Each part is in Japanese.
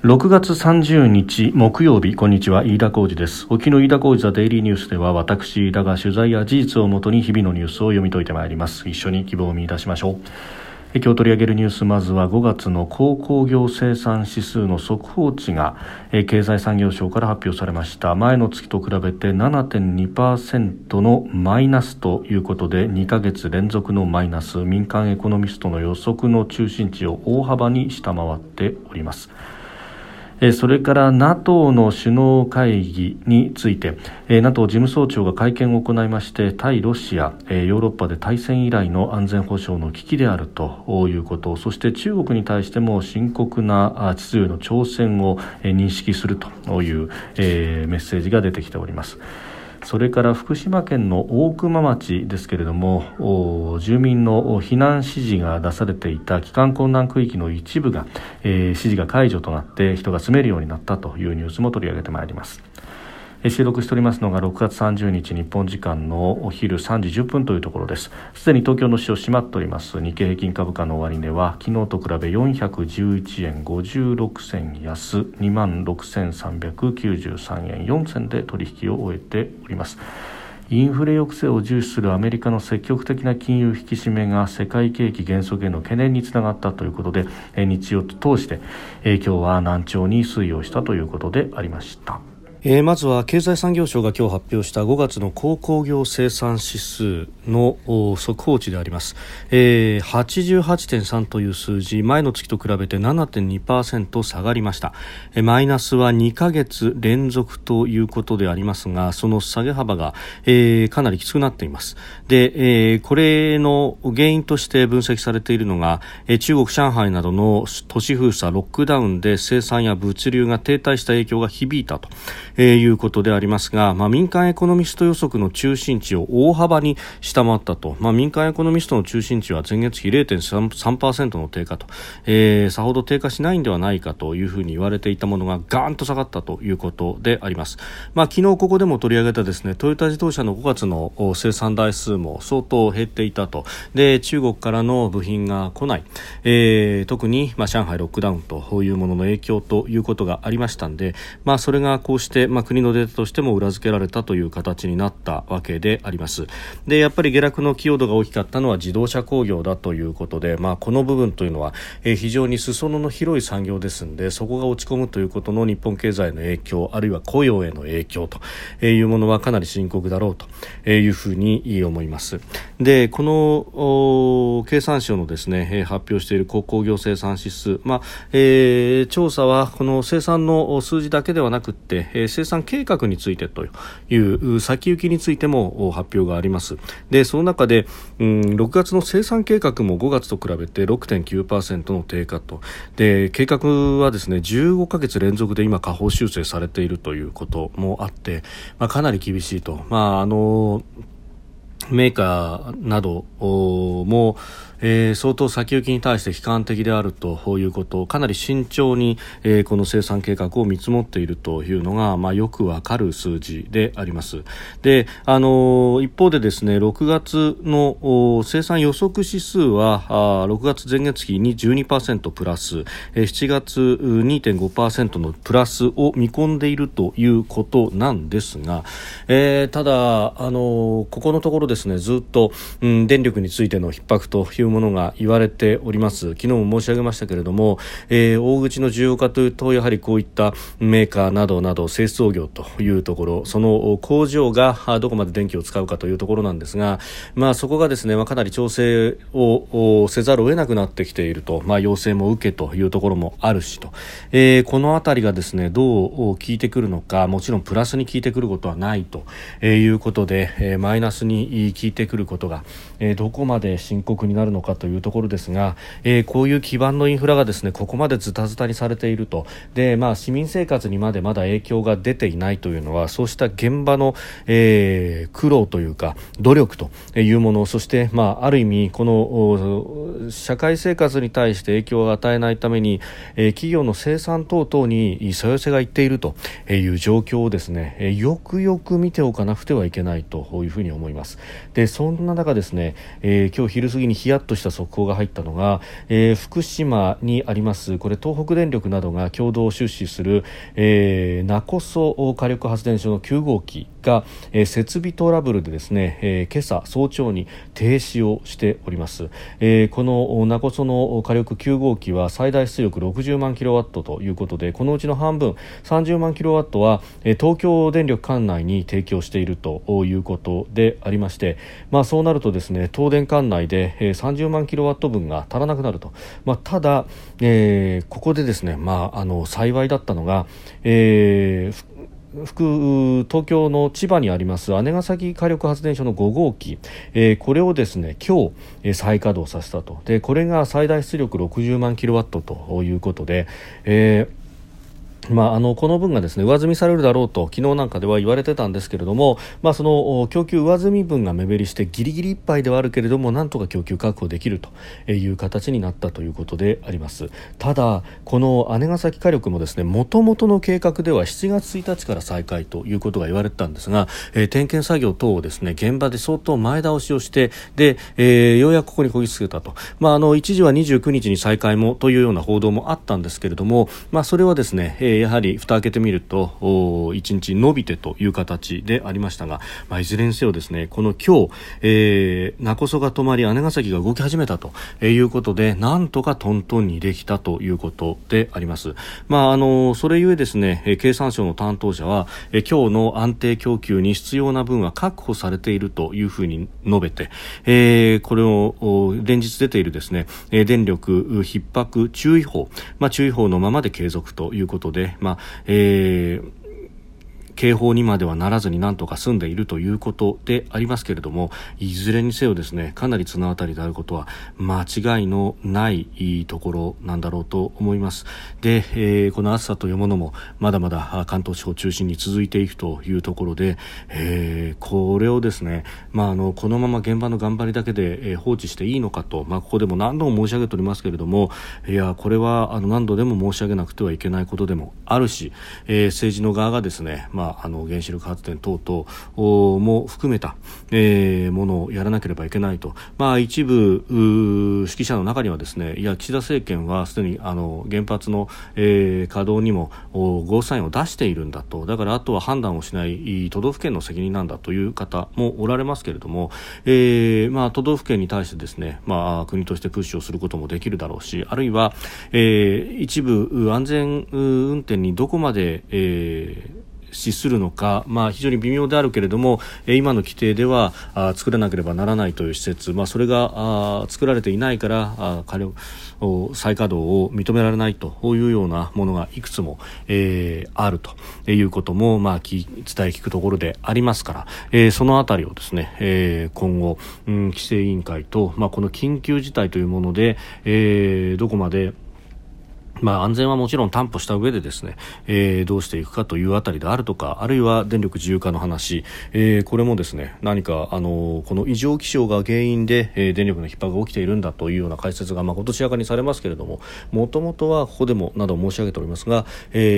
6月30日木曜日、こんにちは、飯田浩司です。沖の飯田浩司ザデイリーニュースでは、私飯田が取材や事実をもとに日々のニュースを読み解いてまいります。一緒に希望を見出しましょう。今日取り上げるニュース、まずは5月の鉱工業生産指数の速報値が経済産業省から発表されました。前の月と比べて 7.2% のマイナスということで、2ヶ月連続のマイナス、民間エコノミストの予測の中心値を大幅に下回っております。それから NATO の首脳会議について NATO 事務総長が会見を行いまして、対ロシア、ヨーロッパで大戦以来の安全保障の危機であるということ、そして中国に対しても深刻な秩序への挑戦を認識するというメッセージが出てきております。それから福島県の大熊町ですけれども、住民の避難指示が出されていた帰還困難区域の一部が、指示が解除となって人が住めるようになったというニュースも取り上げてまいります。収録しておりますのが6月30日日本時間のお昼3時10分というところです。すでに東京の市場閉まっております。日経平均株価の終値は昨日と比べ411円56銭安 26,393 円4銭で取引を終えております。インフレ抑制を重視するアメリカの積極的な金融引き締めが世界景気減速への懸念につながったということで、日曜と通して今日は軟調に推移をしたということでありました。 まずは経済産業省が今日発表した5月の鉱工業生産指数の速報値であります。88.3 という数字、前の月と比べて 7.2% 下がりました。マイナスは2ヶ月連続ということでありますが、その下げ幅が、かなりきつくなっています。で、これの原因として分析されているのが、中国上海などの都市封鎖ロックダウンで生産や物流が停滞した影響が響いたということでありますが、民間エコノミスト予測の中心値を大幅に下回ったと。民間エコノミストの中心値は前月比 0.3% の低下と、さほど低下しないんではないかというふうに言われていたものがガーンと下がったということであります。昨日ここでも取り上げたですね、トヨタ自動車の5月の生産台数も相当減っていたと。で、中国からの部品が来ない、特に上海ロックダウンというものの影響ということがありましたんで、それがこうして国のデータとしても裏付けられたという形になったわけであります。で、やっぱり下落の寄与度が大きかったのは自動車工業だということで、この部分というのは、非常に裾野の広い産業ですので、そこが落ち込むということの日本経済の影響、あるいは雇用への影響というものはかなり深刻だろうというふうに思います。で、この経産省のですね、発表している鉱工業生産指数、調査はこの生産の数字だけではなくて、生産計画についてという先行きについても発表があります。で、その中で、6月の生産計画も5月と比べて 6.9% の低下と。で、計画はですね、15ヶ月連続で今下方修正されているということもあって、かなり厳しいと。メーカーなども相当先行きに対して悲観的であるということをかなり慎重に、この生産計画を見積もっているというのが、よくわかる数字であります。で、一方でですね、6月の生産予測指数は6月前月比に 12% プラス、7月 2.5% のプラスを見込んでいるということなんですが、ただここのところですね、ずっと、電力についての逼迫というものが言われております。昨日も申し上げましたけれども、大口の需要化というとやはりこういったメーカーなどなど製造業というところ、その工場がどこまで電気を使うかというところなんですが、そこがですね、かなり調整をせざるを得なくなってきていると、要請も受けというところもあるしと、このあたりがですね、どう効いてくるのか、もちろんプラスに効いてくることはないということで、マイナスに効いてくることが、どこまで深刻になるのかというところですが、こういう基盤のインフラがですね、ここまでズタズタにされていると。で、市民生活にまだ影響が出ていないというのは、そうした現場の、苦労というか努力というもの、そして、ある意味この社会生活に対して影響を与えないために、企業の生産等々にそよせがいっているという状況をですね、よくよく見ておかなくてはいけないというふうに思います。で、そんな中ですね、今日昼過ぎにヒヤッとした速報が入ったのが、福島にありますこれ東北電力などが共同出資する、勿来火力発電所の9号機が、設備トラブルでですね、今朝早朝に停止をしております。この勿来の火力9号機は最大出力60万キロワットということで、このうちの半分30万キロワットは東京電力管内に提供しているということでありまして、そうなるとですね、東電管内で30万キロワット分が足らなくなると。ただ、ここでですね、幸いだったのが、東京の千葉にあります姉崎火力発電所の5号機、これをですね今日、再稼働させたと。でこれが最大出力60万キロワットということで、この分がですね上積みされるだろうと昨日なんかでは言われてたんですけれども、その供給上積み分が目減りしてギリギリいっぱいではあるけれどもなんとか供給確保できるという形になったということであります。ただこの姉崎火力もですね元々の計画では7月1日から再開ということが言われてたんですが、点検作業等をですね現場で相当前倒しをしてで、ようやくここにこぎつけたと。一時は29日に再開もというような報道もあったんですけれども、それはですね、やはり蓋開けてみると1日伸びてという形でありましたが、いずれにせよですねこの今日、勿来が止まり姉崎が動き始めたということでなんとかトントンにできたということであります。それゆえですね経産省の担当者は今日の安定供給に必要な分は確保されているというふうに述べて、これを連日出ているですね電力逼迫注意報、注意報のままで継続ということで、警報にまではならずになんとか済んでいるということでありますけれども、いずれにせよですねかなり綱渡りであることは間違いのないところなんだろうと思います。で、この暑さというものもまだまだ関東地方を中心に続いていくというところで、これをですね、このまま現場の頑張りだけで、放置していいのかと、ここでも何度も申し上げておりますけれども、これは何度でも申し上げなくてはいけないことでもあるし、政治の側がですね、原子力発電等々も含めた、ものをやらなければいけないと。一部指揮者の中にはですね、岸田政権はすでに原発の、稼働にもゴーサインを出しているんだと。だからあとは判断をしない都道府県の責任なんだという方もおられますけれども、都道府県に対してですね、国としてプッシュをすることもできるだろうし、あるいは、一部安全運転にどこまで、資するのか、非常に微妙であるけれども、今の規定では作らなければならないという施設、それが作られていないから再稼働を認められないというようなものがいくつも、あるということも、伝え聞くところでありますから、そのあたりをですね、今後、規制委員会と、この緊急事態というもので、どこまで安全はもちろん担保した上でですね、どうしていくかというあたりであるとか、あるいは電力自由化の話、これもですね何かこの異常気象が原因で、電力の逼迫が起きているんだというような解説が今年明かにされますけれども、もともとはここでもなど申し上げておりますが、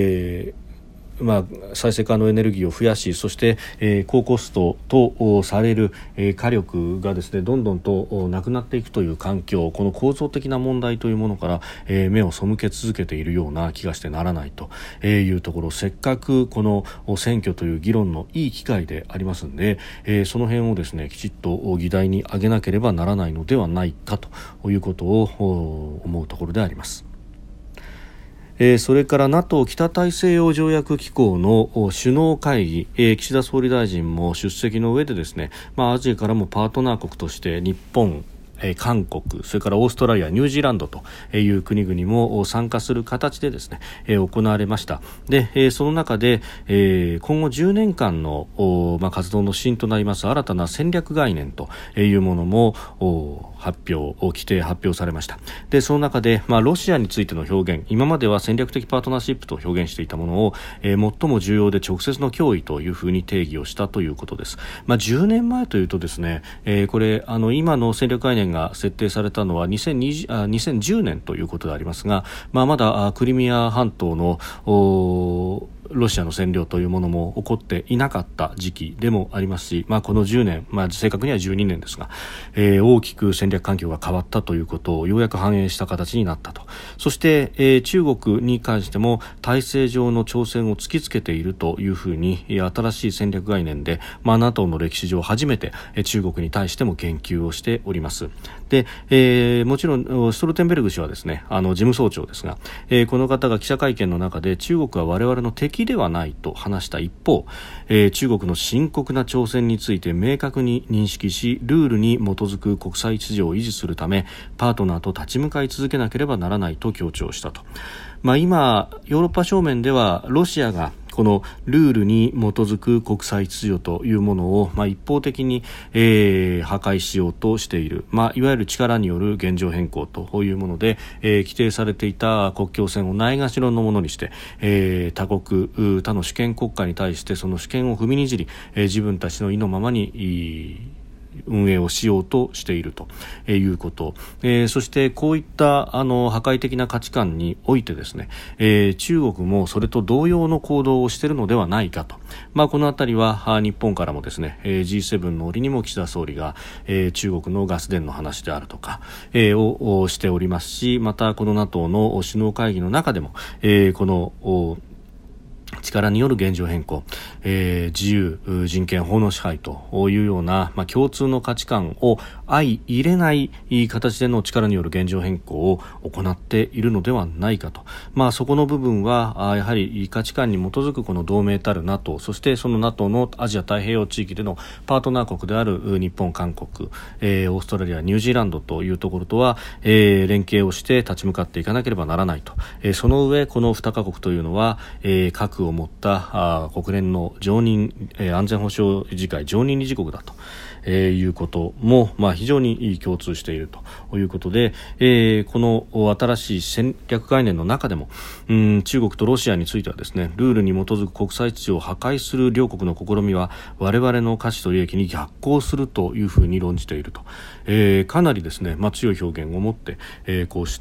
再生可能エネルギーを増やし、そして、高コストとされる、火力がですねどんどんとなくなっていくという環境、この構造的な問題というものから、目を背け続けているような気がしてならないというところ、せっかくこの選挙という議論のいい機会でありますので、その辺をですねきちっと議題に挙げなければならないのではないかということを思うところであります。それから NATO 北大西洋条約機構の首脳会議、岸田総理大臣も出席の上でですね、アジアからもパートナー国として日本、韓国、それからオーストラリア、ニュージーランドという国々も参加する形でですね、行われました。で、その中で、今後10年間の活動の指針となります新たな戦略概念というものも規定発表されました。で、その中で、ロシアについての表現、今までは戦略的パートナーシップと表現していたものを、最も重要で直接の脅威というふうに定義をしたということです。10年前というとですね、これ今の戦略概念が設定されたのは2010年ということでありますが、まだクリミア半島のロシアの占領というものも起こっていなかった時期でもありますし、この10年、正確には12年ですが、大きく戦略環境が変わったということをようやく反映した形になったと。そして、中国に関しても体制上の挑戦を突きつけているというふうに新しい戦略概念で、NATO の歴史上初めて中国に対しても言及をしております。で、もちろんストルテンベルグ氏はですね、事務総長ですが、この方が記者会見の中で中国は我々の敵ではないと話した一方、中国の深刻な挑戦について明確に認識し、ルールに基づく国際秩序を維持するためパートナーと立ち向かい続けなければならないと強調したと。今ヨーロッパ正面ではロシアがこのルールに基づく国際秩序というものを、一方的に、破壊しようとしている、いわゆる力による現状変更というもので、規定されていた国境線をないがしろのものにして、他の主権国家に対してその主権を踏みにじり、自分たちの意のままに運営をしようとしているということ、そしてこういった破壊的な価値観においてですね、中国もそれと同様の行動をしているのではないかと、このあたりは日本からもですね、G7 の折にも岸田総理が、中国のガス田の話であるとか、をしておりますし、またこの NATO の首脳会議の中でも、この力による現状変更、自由、人権、法の支配というような、共通の価値観を相入れない形での力による現状変更を行っているのではないかと。そこの部分はやはり価値観に基づくこの同盟たる NATO、 そしてその NATO のアジア太平洋地域でのパートナー国である日本、韓国、オーストラリア、ニュージーランドというところとは、連携をして立ち向かっていかなければならないと。その上この2カ国というのは、核を持った国連の常任、安全保障理事会常任理事国だと。いうことも、非常に共通しているということで、この新しい戦略概念の中でも、中国とロシアについてはですね、ルールに基づく国際秩序を破壊する両国の試みは我々の価値と利益に逆行するというふうに論じていると、かなりですね、強い表現を持って、こうして、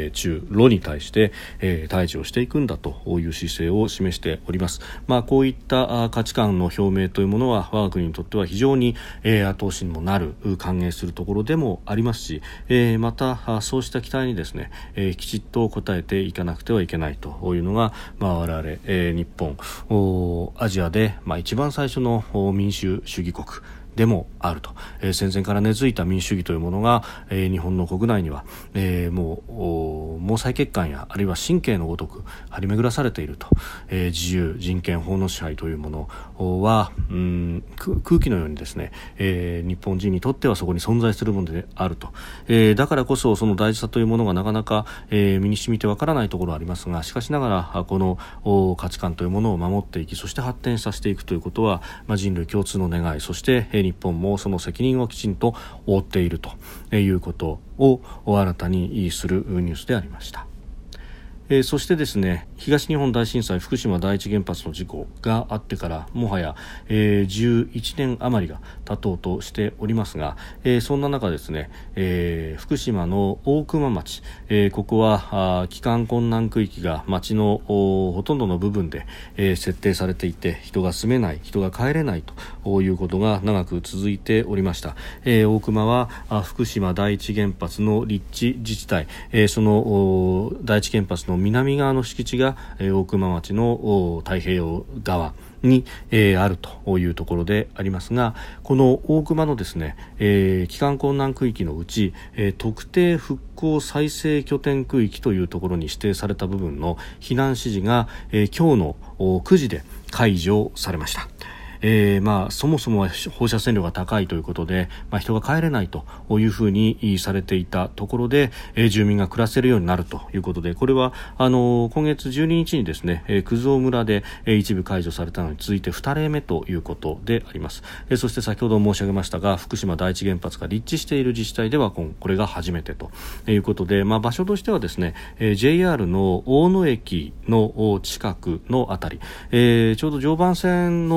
中ロに対して、対峙をしていくんだという姿勢を示しております。こういった価値観の表明というものは我が国にとっては非常に後押しにもなる、歓迎するところでもありますし、またそうした期待にですね、きちっと応えていかなくてはいけないというのが、我々、日本、アジアで、一番最初の民主主義国でもあると、戦前から根付いた民主主義というものが、日本の国内には、もう毛細血管やあるいは神経のごとく張り巡らされていると、自由、人権、法の支配というものは、空気のようにですね、日本人にとってはそこに存在するものであると、だからこそその大事さというものがなかなか、身に染みてわからないところはありますが、しかしながらこの価値観というものを守っていき、そして発展させていくということは、人類共通の願い、そして日本もその責任をきちんと負っているということを新たにするニュースでありました。そしてですね、東日本大震災福島第一原発の事故があってからもはや、11年余りが経とうとしておりますが、そんな中ですね、福島の大熊町、ここは帰還困難区域が町のほとんどの部分で、設定されていて、人が住めない、人が帰れないということが長く続いておりました。大熊は福島第一原発の立地自治体、その第一原発の南側の敷地が大熊町の太平洋側に、あるというところでありますが、この大熊のですね、帰還困難区域のうち、特定復興再生拠点区域というところに指定された部分の避難指示が、今日の9時で解除されました。そもそもは放射線量が高いということで、人が帰れないというふうにされていたところで、住民が暮らせるようになるということで、これは今月12日にですね、九蔵村で一部解除されたのに続いて2例目ということであります。そして先ほど申し上げましたが、福島第一原発が立地している自治体ではこれが初めてということで、場所としてはですね、JR の大野駅の近くのあたり、ちょうど常磐線の線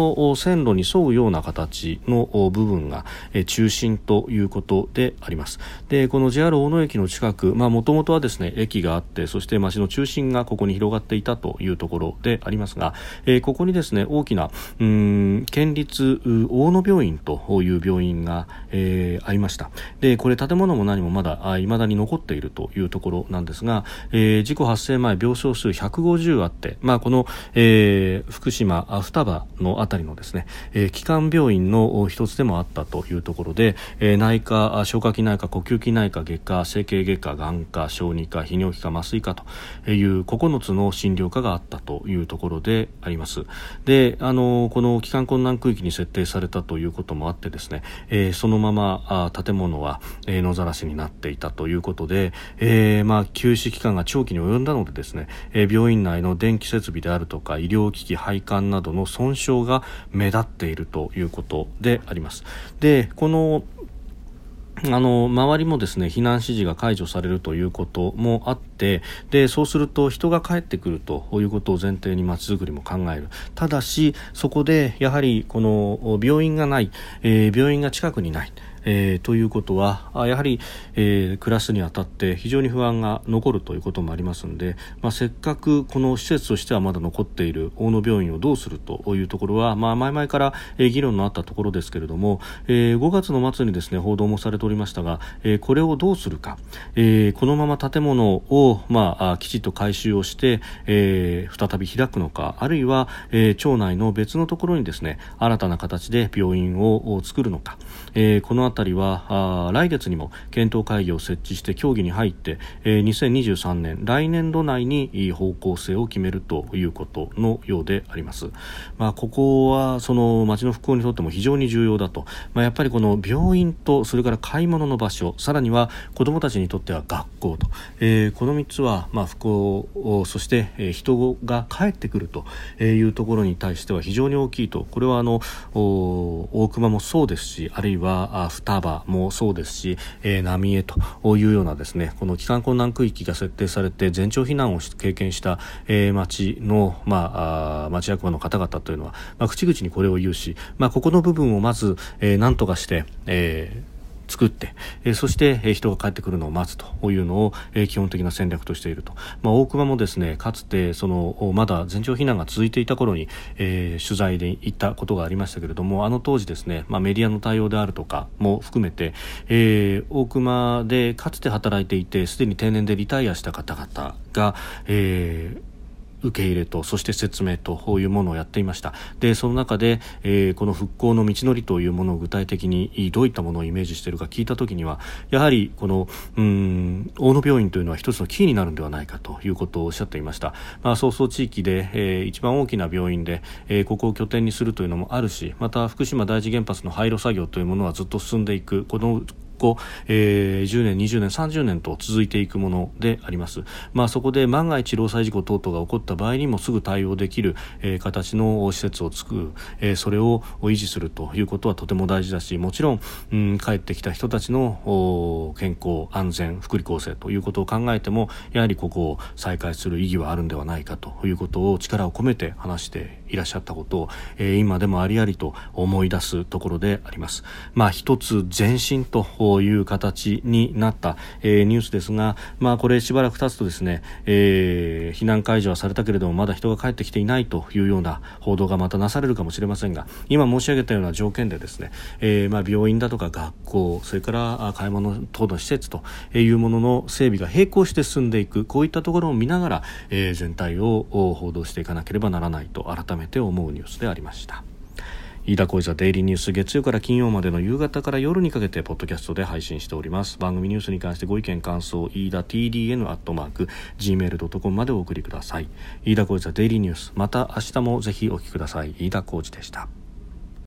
線路に沿うような形の部分が中心ということであります。でこの JR 大野駅の近く、もともとはですね駅があって、そして町の中心がここに広がっていたというところでありますが、ここにですね大きな県立大野病院という病院が、ありました。でこれ建物も何もまだ未だに残っているというところなんですが、事故発生前病床数150あって、この、福島双葉のあたりのですね、基幹病院の一つでもあったというところで、内科、消化器内科、呼吸器内科、外科、整形外科、眼科、小児科、泌尿器科、麻酔科という9つの診療科があったというところであります。でこの帰還困難区域に設定されたということもあってですね、そのまま建物は、野ざらしになっていたということで、休止期間が長期に及んだのでですね、病院内の電気設備であるとか医療機器配管などの損傷が目立っているということであります。でこの周りもですね避難指示が解除されるということもあって、でそうすると人が帰ってくるということを前提に街づくりも考える。ただしそこでやはりこの病院がない、病院が近くにない、ということはやはり、暮らすにあたって非常に不安が残るということもありますので、せっかくこの施設としてはまだ残っている大野病院をどうするというところは、前々から、議論のあったところですけれども、5月の末にですね報道もされておりましたが、これをどうするか、このまま建物を、きちっと改修をして、再び開くのか、あるいは、町内の別のところにですね新たな形で病院を作るのか、このあたりは来月にも検討会議を設置して協議に入って、2023年来年度内に方向性を決めるということのようであります。ここはその町の復興にとっても非常に重要だと、やっぱりこの病院とそれから買い物の場所、さらには子どもたちにとっては学校と、この3つは復興、そして人が帰ってくるというところに対しては非常に大きいと。これは大熊もそうですし、あるいは双葉もそうですし、浪江というようなですねこの帰還困難区域が設定されて全町避難を経験した、町の、町役場の方々というのは、口々にこれを言うし、ここの部分をまず、何とかして、作って、そして人が帰ってくるのを待つというのを基本的な戦略としていると。大熊もですねかつてまだ全町避難が続いていた頃に、取材で行ったことがありましたけれども、当時ですね、メディアの対応であるとかも含めて、大熊でかつて働いていてすでに定年でリタイアした方々が、受け入れとそして説明というものをやっていました。でその中で、この復興の道のりというものを具体的にどういったものをイメージしているか聞いたときには、やはりこの大野病院というのは一つのキーになるのではないかということをおっしゃっていました。早々地域で、一番大きな病院で、ここを拠点にするというのもあるし、また福島第一原発の廃炉作業というものはずっと進んでいく、この10年20年30年と続いていくものであります。そこで万が一労災事故等々が起こった場合にもすぐ対応できる、形の施設を作る、それを維持するということはとても大事だし、もちろん、帰ってきた人たちの健康安全福利厚生ということを考えてもやはりここを再開する意義はあるんではないかということを力を込めて話していらっしゃったことを、今でもありありと思い出すところであります。一つ前進という形になった、ニュースですが、これしばらく経つとですね、避難解除はされたけれどもまだ人が帰ってきていないというような報道がまたなされるかもしれませんが、今申し上げたような条件でですね、病院だとか学校、それから買い物等の施設というものの整備が並行して進んでいく、こういったところを見ながら、全体を報道していかなければならないと改めて思うニュースでありました。飯田浩司ザデイリーニュース、月曜から金曜までの夕方から夜にかけてポッドキャストで配信しております。番組ニュースに関してご意見感想、飯田 TDN@gmail.com までお送りください。飯田浩司ザデイリーニュース、また明日もぜひお聞きください。飯田浩司でした。